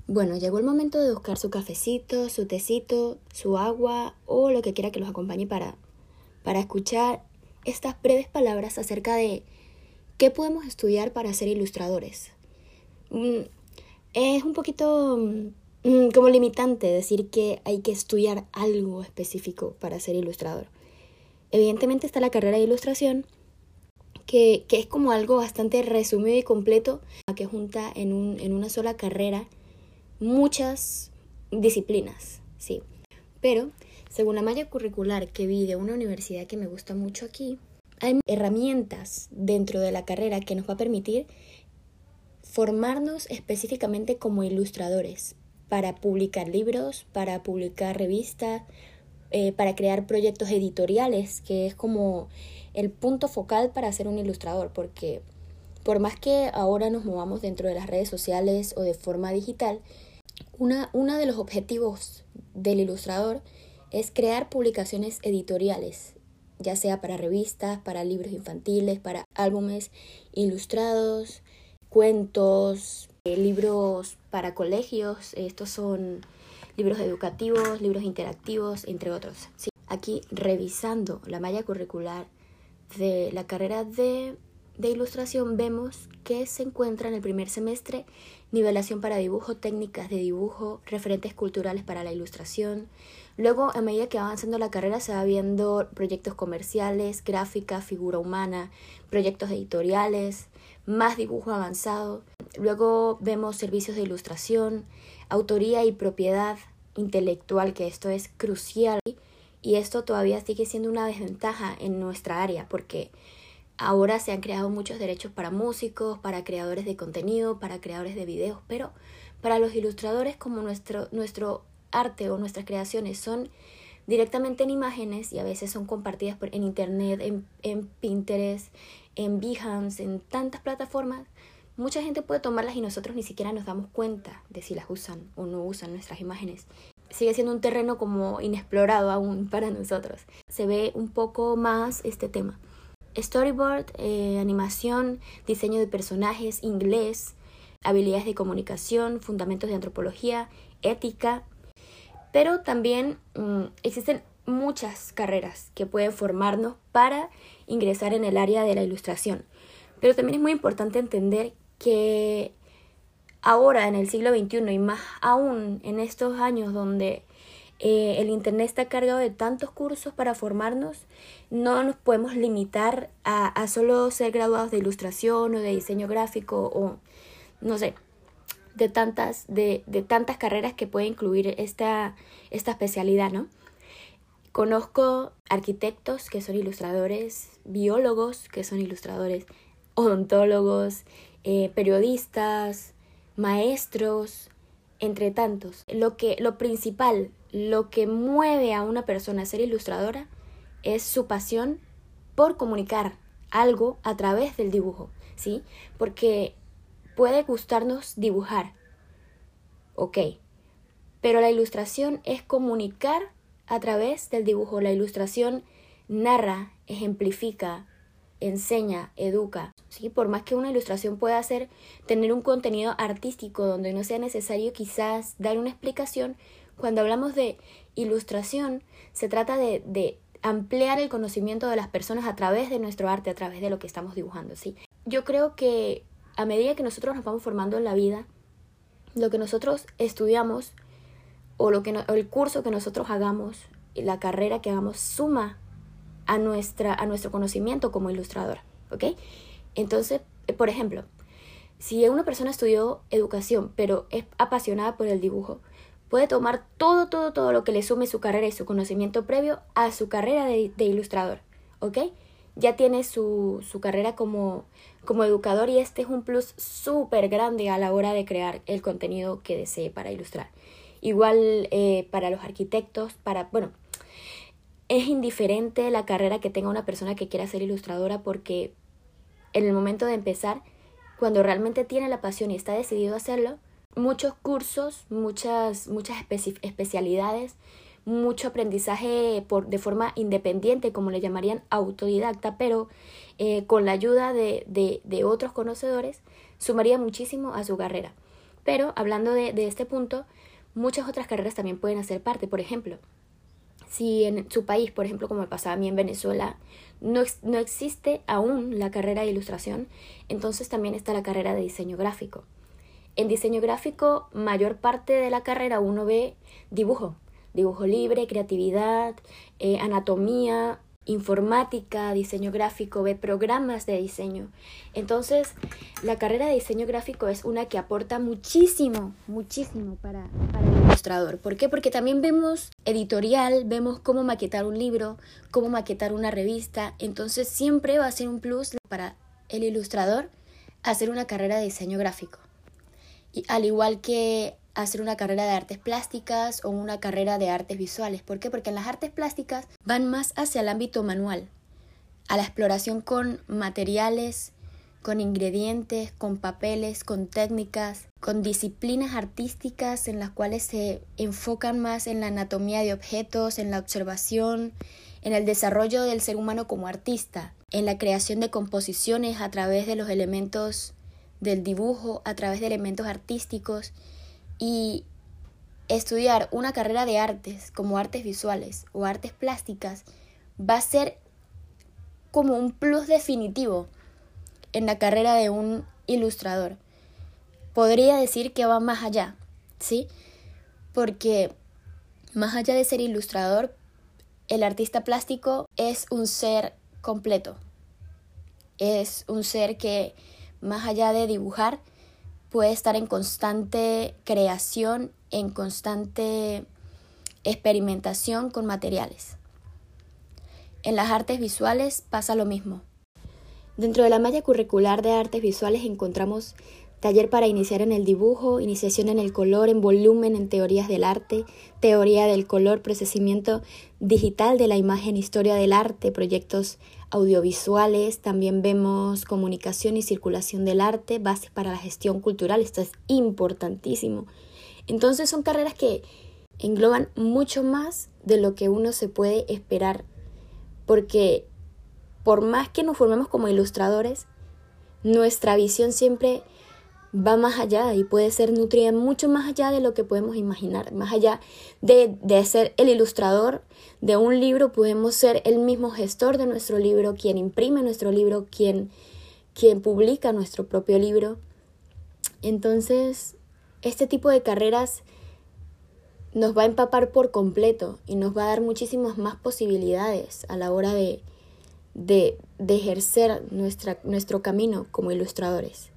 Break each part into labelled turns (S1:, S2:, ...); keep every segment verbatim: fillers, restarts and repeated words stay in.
S1: Bueno, llegó el momento de buscar su cafecito, su tecito, su agua o lo que quiera que los acompañe para, para escuchar estas breves palabras acerca de qué podemos estudiar para ser ilustradores. Mm, es un poquito mm, como limitante decir que hay que estudiar algo específico para ser ilustrador. Evidentemente está la carrera de ilustración, que, que es como algo bastante resumido y completo, que junta en, un, en una sola carrera muchas disciplinas, sí. Pero, según la malla curricular que vi de una universidad que me gusta mucho aquí, hay herramientas dentro de la carrera que nos va a permitir formarnos específicamente como ilustradores para publicar libros, para publicar revistas, eh, para crear proyectos editoriales, que es como el punto focal para ser un ilustrador, porque por más que ahora nos movamos dentro de las redes sociales o de forma digital, Una, uno de los objetivos del ilustrador es crear publicaciones editoriales, ya sea para revistas, para libros infantiles, para álbumes ilustrados, cuentos, eh, libros para colegios. Estos son libros educativos, libros interactivos, entre otros. Sí. Aquí, revisando la malla curricular de la carrera de, de ilustración, vemos que se encuentra en el primer semestre nivelación para dibujo, técnicas de dibujo, referentes culturales para la ilustración. Luego, a medida que va avanzando la carrera, se va viendo proyectos comerciales, gráfica, figura humana, proyectos editoriales, más dibujo avanzado. Luego vemos servicios de ilustración, autoría y propiedad intelectual, que esto es crucial. Y esto todavía sigue siendo una desventaja en nuestra área, porque ahora se han creado muchos derechos para músicos, para creadores de contenido, para creadores de videos, pero para los ilustradores, como nuestro, nuestro arte o nuestras creaciones son directamente en imágenes y a veces son compartidas por, en internet, en, en Pinterest, en Behance, en tantas plataformas, mucha gente puede tomarlas y nosotros ni siquiera nos damos cuenta de si las usan o no usan nuestras imágenes. Sigue siendo un terreno como inexplorado aún para nosotros. Se ve un poco más este tema. Storyboard, eh, animación, diseño de personajes, inglés, habilidades de comunicación, fundamentos de antropología, ética. Pero también mmm, existen muchas carreras que pueden formarnos para ingresar en el área de la ilustración. Pero también es muy importante entender que ahora, en el siglo veintiuno, y más aún en estos años donde Eh, el internet está cargado de tantos cursos para formarnos, no nos podemos limitar a, a solo ser graduados de ilustración o de diseño gráfico o no sé, de tantas, de, de tantas carreras que puede incluir esta, esta especialidad, ¿no? Conozco arquitectos que son ilustradores, biólogos que son ilustradores, odontólogos, eh, periodistas, maestros, entre tantos. Lo que, lo principal, lo que mueve a una persona a ser ilustradora es su pasión por comunicar algo a través del dibujo, ¿sí? Porque puede gustarnos dibujar, ok, pero la ilustración es comunicar a través del dibujo. La ilustración narra, ejemplifica, enseña, educa, ¿sí? Por más que una ilustración pueda ser, tener un contenido artístico donde no sea necesario quizás dar una explicación, cuando hablamos de ilustración se trata de, de ampliar el conocimiento de las personas a través de nuestro arte, a través de lo que estamos dibujando, ¿sí? Yo creo que a medida que nosotros nos vamos formando en la vida, lo que nosotros estudiamos o, lo que no, o el curso que nosotros hagamos, la carrera que hagamos, suma a, nuestra, a nuestro conocimiento como ilustrador, ¿ok? Entonces, por ejemplo, si una persona estudió educación pero es apasionada por el dibujo, puede tomar todo, todo, todo lo que le sume su carrera y su conocimiento previo a su carrera de, de ilustrador, ¿ok? Ya tiene su, su carrera como, como educador y este es un plus súper grande a la hora de crear el contenido que desee para ilustrar. Igual eh, para los arquitectos, para, bueno, es indiferente la carrera que tenga una persona que quiera ser ilustradora, porque en el momento de empezar, cuando realmente tiene la pasión y está decidido a hacerlo, muchos cursos, muchas, muchas especi- especialidades, mucho aprendizaje por, de forma independiente, como le llamarían autodidacta, pero eh, con la ayuda de, de, de otros conocedores, sumaría muchísimo a su carrera. Pero hablando de, de este punto, muchas otras carreras también pueden hacer parte. Por ejemplo, si en su país, por ejemplo, como me pasaba a mí en Venezuela, no, no existe aún la carrera de ilustración, entonces también está la carrera de diseño gráfico. En diseño gráfico, mayor parte de la carrera uno ve dibujo, dibujo libre, creatividad, eh, anatomía, informática, diseño gráfico, ve programas de diseño. Entonces, la carrera de diseño gráfico es una que aporta muchísimo, muchísimo para, para el ilustrador. ¿Por qué? Porque también vemos editorial, vemos cómo maquetar un libro, cómo maquetar una revista. Entonces, siempre va a ser un plus para el ilustrador hacer una carrera de diseño gráfico. Y al igual que hacer una carrera de artes plásticas o una carrera de artes visuales. ¿Por qué? Porque en las artes plásticas van más hacia el ámbito manual, a la exploración con materiales, con ingredientes, con papeles, con técnicas, con disciplinas artísticas en las cuales se enfocan más en la anatomía de objetos, en la observación, en el desarrollo del ser humano como artista, en la creación de composiciones a través de los elementos del dibujo, a través de elementos artísticos. Y estudiar una carrera de artes como artes visuales o artes plásticas va a ser como un plus definitivo en la carrera de un ilustrador. Podría decir que va más allá, ¿sí? Porque más allá de ser ilustrador, el artista plástico es un ser completo. Es un ser que, más allá de dibujar, puede estar en constante creación, en constante experimentación con materiales. En las artes visuales pasa lo mismo. Dentro de la malla curricular de artes visuales encontramos taller para iniciar en el dibujo, iniciación en el color, en volumen, en teorías del arte, teoría del color, procesamiento digital de la imagen, historia del arte, proyectos audiovisuales. También vemos comunicación y circulación del arte, bases para la gestión cultural. Esto es importantísimo. Entonces son carreras que engloban mucho más de lo que uno se puede esperar, porque por más que nos formemos como ilustradores, nuestra visión siempre va más allá y puede ser nutrida mucho más allá de lo que podemos imaginar. Más allá de, de ser el ilustrador de un libro, podemos ser el mismo gestor de nuestro libro, quien imprime nuestro libro, quien, quien publica nuestro propio libro. Entonces, este tipo de carreras nos va a empapar por completo y nos va a dar muchísimas más posibilidades a la hora de, de, de ejercer nuestra, nuestro camino como ilustradores.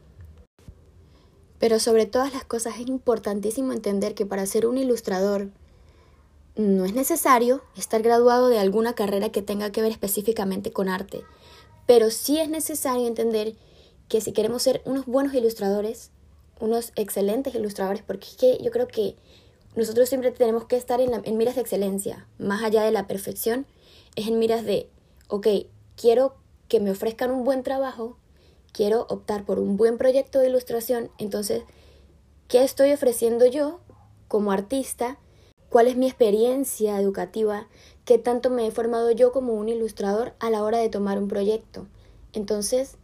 S1: Pero sobre todas las cosas es importantísimo entender que para ser un ilustrador no es necesario estar graduado de alguna carrera que tenga que ver específicamente con arte. Pero sí es necesario entender que si queremos ser unos buenos ilustradores, unos excelentes ilustradores, porque es que yo creo que nosotros siempre tenemos que estar en, la, en miras de excelencia, más allá de la perfección, es en miras de, ok, quiero que me ofrezcan un buen trabajo, quiero optar por un buen proyecto de ilustración. Entonces, ¿qué estoy ofreciendo yo como artista? ¿Cuál es mi experiencia educativa? ¿Qué tanto me he formado yo como un ilustrador a la hora de tomar un proyecto? Entonces,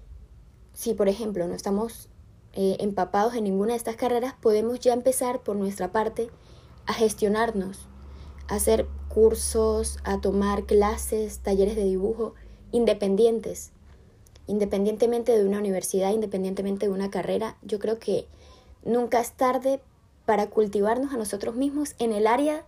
S1: si por ejemplo no estamos eh, empapados en ninguna de estas carreras, podemos ya empezar por nuestra parte a gestionarnos, a hacer cursos, a tomar clases, talleres de dibujo independientes. Independientemente de una universidad, independientemente de una carrera, yo creo que nunca es tarde para cultivarnos a nosotros mismos en el área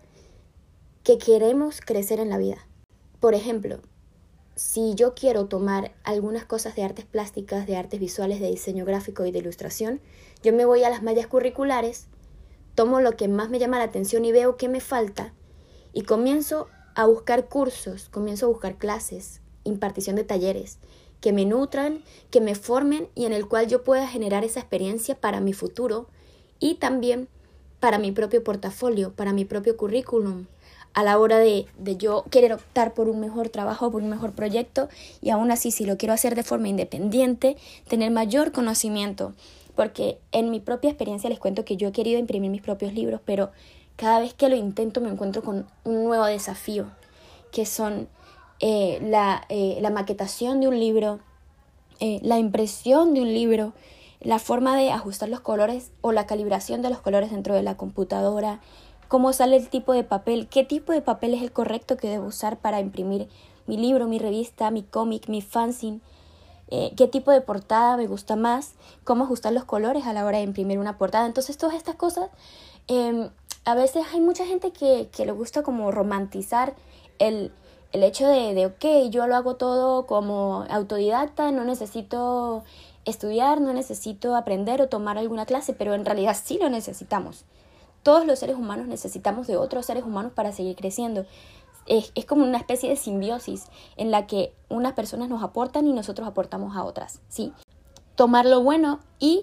S1: que queremos crecer en la vida. Por ejemplo, si yo quiero tomar algunas cosas de artes plásticas, de artes visuales, de diseño gráfico y de ilustración, yo me voy a las mallas curriculares, tomo lo que más me llama la atención y veo qué me falta y comienzo a buscar cursos, comienzo a buscar clases, impartición de talleres, que me nutran, que me formen y en el cual yo pueda generar esa experiencia para mi futuro y también para mi propio portafolio, para mi propio currículum, a la hora de, de yo querer optar por un mejor trabajo, por un mejor proyecto y aún así, si lo quiero hacer de forma independiente, tener mayor conocimiento. Porque en mi propia experiencia les cuento que yo he querido imprimir mis propios libros, pero cada vez que lo intento me encuentro con un nuevo desafío, que son Eh, la, eh, la maquetación de un libro, eh, la impresión de un libro, la forma de ajustar los colores o la calibración de los colores dentro de la computadora, cómo sale el tipo de papel, qué tipo de papel es el correcto que debo usar para imprimir mi libro, mi revista, mi cómic, mi fanzine, eh, qué tipo de portada me gusta más, cómo ajustar los colores a la hora de imprimir una portada. Entonces todas estas cosas, eh, a veces hay mucha gente que, que le gusta como romantizar el, el hecho de, de, ok, yo lo hago todo como autodidacta, no necesito estudiar, no necesito aprender o tomar alguna clase, pero en realidad sí lo necesitamos. Todos los seres humanos necesitamos de otros seres humanos para seguir creciendo. Es, es como una especie de simbiosis en la que unas personas nos aportan y nosotros aportamos a otras, ¿sí? Tomar lo bueno y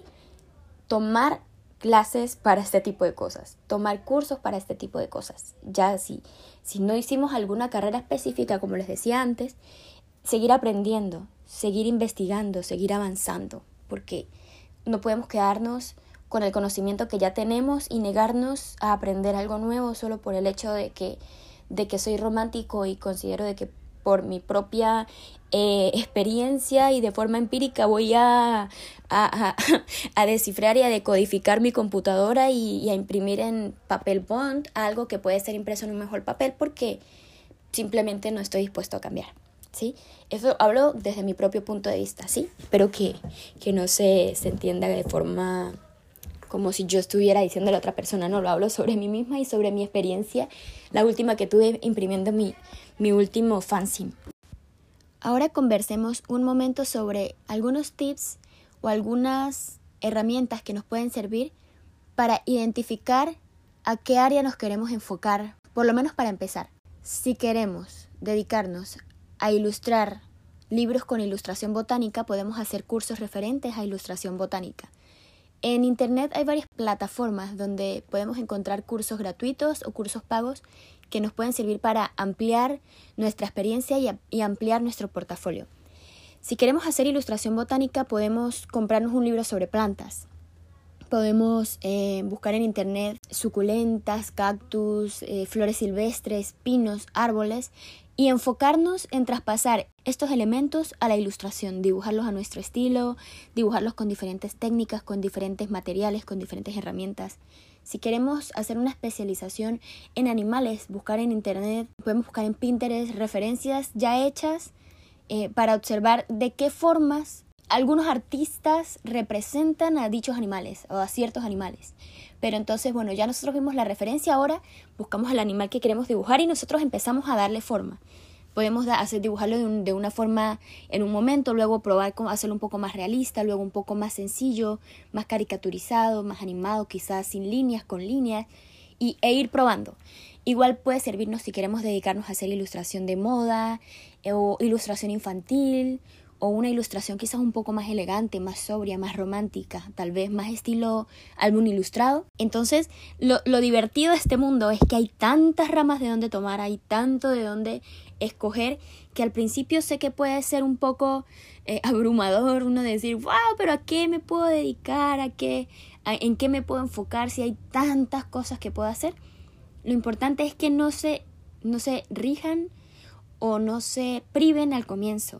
S1: tomar clases para este tipo de cosas, tomar cursos para este tipo de cosas. Ya si, si no hicimos alguna carrera específica, como les decía antes, seguir aprendiendo, seguir investigando, seguir avanzando, porque no podemos quedarnos con el conocimiento que ya tenemos y negarnos a aprender algo nuevo solo por el hecho de que, de que soy romántico y considero de que por mi propia eh, experiencia y de forma empírica voy a, a, a, a descifrar y a decodificar mi computadora y, y a imprimir en papel bond algo que puede ser impreso en un mejor papel porque simplemente no estoy dispuesto a cambiar, ¿sí? Eso hablo desde mi propio punto de vista, ¿sí? Espero que, que no se, se entienda de forma como si yo estuviera diciendo a la otra persona, no, lo hablo sobre mí misma y sobre mi experiencia, la última que tuve imprimiendo mi, mi último fanzine. Ahora conversemos un momento sobre algunos tips o algunas herramientas que nos pueden servir para identificar a qué área nos queremos enfocar, por lo menos para empezar. Si queremos dedicarnos a ilustrar libros con ilustración botánica, podemos hacer cursos referentes a ilustración botánica. En internet hay varias plataformas donde podemos encontrar cursos gratuitos o cursos pagos que nos pueden servir para ampliar nuestra experiencia y, a, y ampliar nuestro portafolio. Si queremos hacer ilustración botánica, podemos comprarnos un libro sobre plantas. Podemos eh, buscar en internet suculentas, cactus, eh, flores silvestres, pinos, árboles y enfocarnos en traspasar estos elementos a la ilustración, dibujarlos a nuestro estilo, dibujarlos con diferentes técnicas, con diferentes materiales, con diferentes herramientas. Si queremos hacer una especialización en animales, buscar en internet, podemos buscar en Pinterest referencias ya hechas eh, para observar de qué formas algunos artistas representan a dichos animales o a ciertos animales. Pero entonces, bueno, ya nosotros vimos la referencia, ahora buscamos el animal que queremos dibujar y nosotros empezamos a darle forma. Podemos da- hacer, dibujarlo de, un, de una forma en un momento, luego probar cómo hacerlo un poco más realista, luego un poco más sencillo, más caricaturizado, más animado, quizás sin líneas, con líneas, y, e ir probando. Igual puede servirnos si queremos dedicarnos a hacer ilustración de moda eh, o ilustración infantil, o una ilustración quizás un poco más elegante, más sobria, más romántica, tal vez más estilo álbum ilustrado. Entonces, lo, lo divertido de este mundo es que hay tantas ramas de donde tomar, hay tanto de donde escoger, que al principio sé que puede ser un poco eh, abrumador uno decir, wow, pero ¿a qué me puedo dedicar? ¿A qué? A, ¿En qué me puedo enfocar si hay tantas cosas que puedo hacer? Lo importante es que no se, no se rijan o no se priven al comienzo.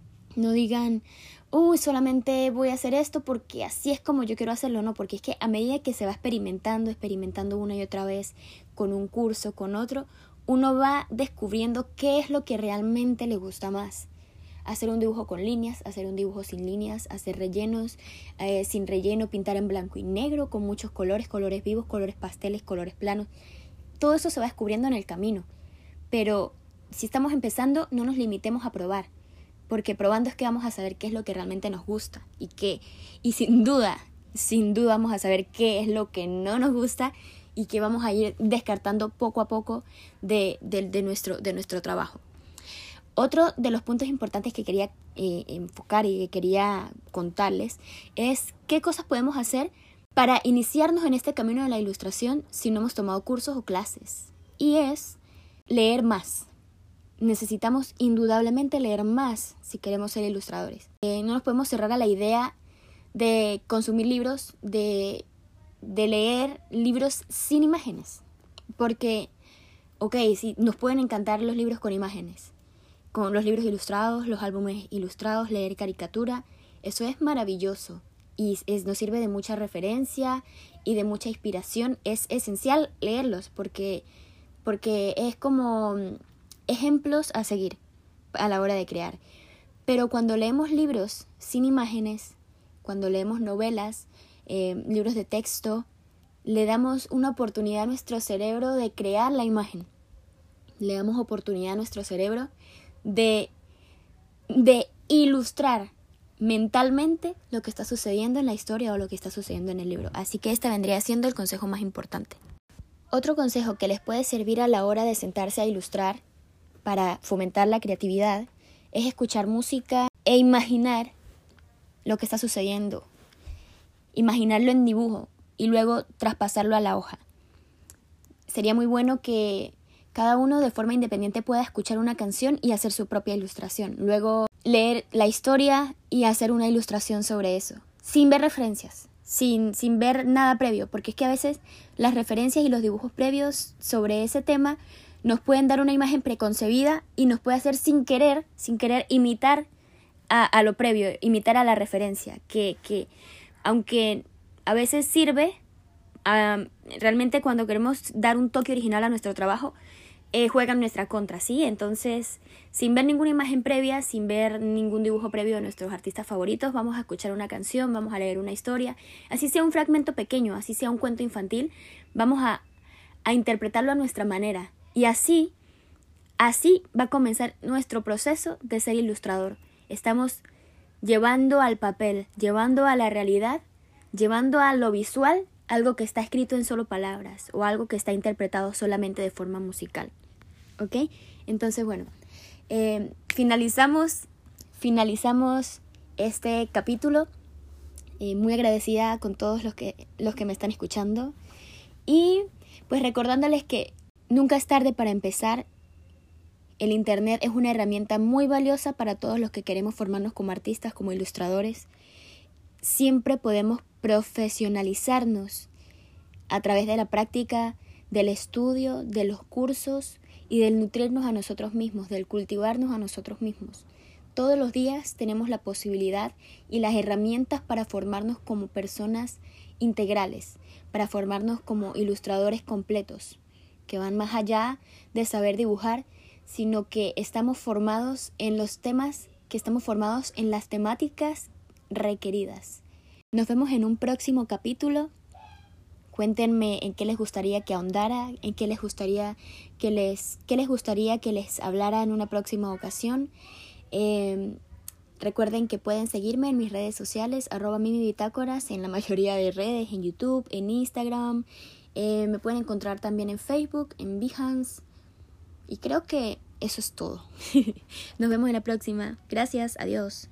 S1: No digan, uy, solamente voy a hacer esto porque así es como yo quiero hacerlo. No, porque es que a medida que se va experimentando, experimentando una y otra vez con un curso, con otro, uno va descubriendo qué es lo que realmente le gusta más. Hacer un dibujo con líneas, hacer un dibujo sin líneas, hacer rellenos, eh, sin relleno, pintar en blanco y negro, con muchos colores, colores vivos, colores pasteles, colores planos. Todo eso se va descubriendo en el camino. Pero si estamos empezando, no nos limitemos a probar. Porque probando es que vamos a saber qué es lo que realmente nos gusta y qué, y sin duda, sin duda vamos a saber qué es lo que no nos gusta y que vamos a ir descartando poco a poco de, de, de, nuestro, de nuestro trabajo. Otro de los puntos importantes que quería eh, enfocar y que quería contarles es qué cosas podemos hacer para iniciarnos en este camino de la ilustración si no hemos tomado cursos o clases. Y es leer más. Necesitamos indudablemente leer más si queremos ser ilustradores. Eh, no nos podemos cerrar a la idea de consumir libros, de, de leer libros sin imágenes. Porque, ok, sí, nos pueden encantar los libros con imágenes, con los libros ilustrados, los álbumes ilustrados, leer caricatura. Eso es maravilloso y es, nos sirve de mucha referencia y de mucha inspiración. Es esencial leerlos porque, porque es como ejemplos a seguir a la hora de crear. Pero cuando leemos libros sin imágenes, cuando leemos novelas, eh, libros de texto, le damos una oportunidad a nuestro cerebro de crear la imagen. Le damos oportunidad a nuestro cerebro de, de ilustrar mentalmente lo que está sucediendo en la historia o lo que está sucediendo en el libro. Así que este vendría siendo el consejo más importante. Otro consejo que les puede servir a la hora de sentarse a ilustrar para fomentar la creatividad es escuchar música e imaginar lo que está sucediendo. Imaginarlo en dibujo y luego traspasarlo a la hoja. Sería muy bueno que cada uno de forma independiente pueda escuchar una canción y hacer su propia ilustración. Luego leer la historia y hacer una ilustración sobre eso, sin ver referencias, sin, sin ver nada previo, porque es que a veces las referencias y los dibujos previos sobre ese tema nos pueden dar una imagen preconcebida y nos puede hacer sin querer, sin querer imitar a, a lo previo, imitar a la referencia, que, que aunque a veces sirve, um, realmente cuando queremos dar un toque original a nuestro trabajo, Eh, juega en nuestra contra, ¿sí? Entonces, sin ver ninguna imagen previa, sin ver ningún dibujo previo de nuestros artistas favoritos, vamos a escuchar una canción, vamos a leer una historia, así sea un fragmento pequeño, así sea un cuento infantil, vamos a, a interpretarlo a nuestra manera. Y así, así va a comenzar nuestro proceso de ser ilustrador. Estamos llevando al papel, llevando a la realidad, llevando a lo visual algo que está escrito en solo palabras o algo que está interpretado solamente de forma musical. ¿Ok? Entonces, bueno, eh, finalizamos, finalizamos este capítulo. Eh, muy agradecida con todos los que, los que me están escuchando. Y pues recordándoles que nunca es tarde para empezar. El internet es una herramienta muy valiosa para todos los que queremos formarnos como artistas, como ilustradores. Siempre podemos profesionalizarnos a través de la práctica, del estudio, de los cursos y del nutrirnos a nosotros mismos, del cultivarnos a nosotros mismos. Todos los días tenemos la posibilidad y las herramientas para formarnos como personas integrales, para formarnos como ilustradores completos, que van más allá de saber dibujar, sino que estamos formados en los temas, que estamos formados en las temáticas requeridas. Nos vemos en un próximo capítulo. Cuéntenme en qué les gustaría que ahondara, en qué les gustaría que les, qué les gustaría que les hablara en una próxima ocasión. Eh, recuerden que pueden seguirme en mis redes sociales, arroba mimibitácoras, en la mayoría de redes, en YouTube, en Instagram. Eh, me pueden encontrar también en Facebook, en Behance. Y creo que eso es todo. Nos vemos en la próxima. Gracias, adiós.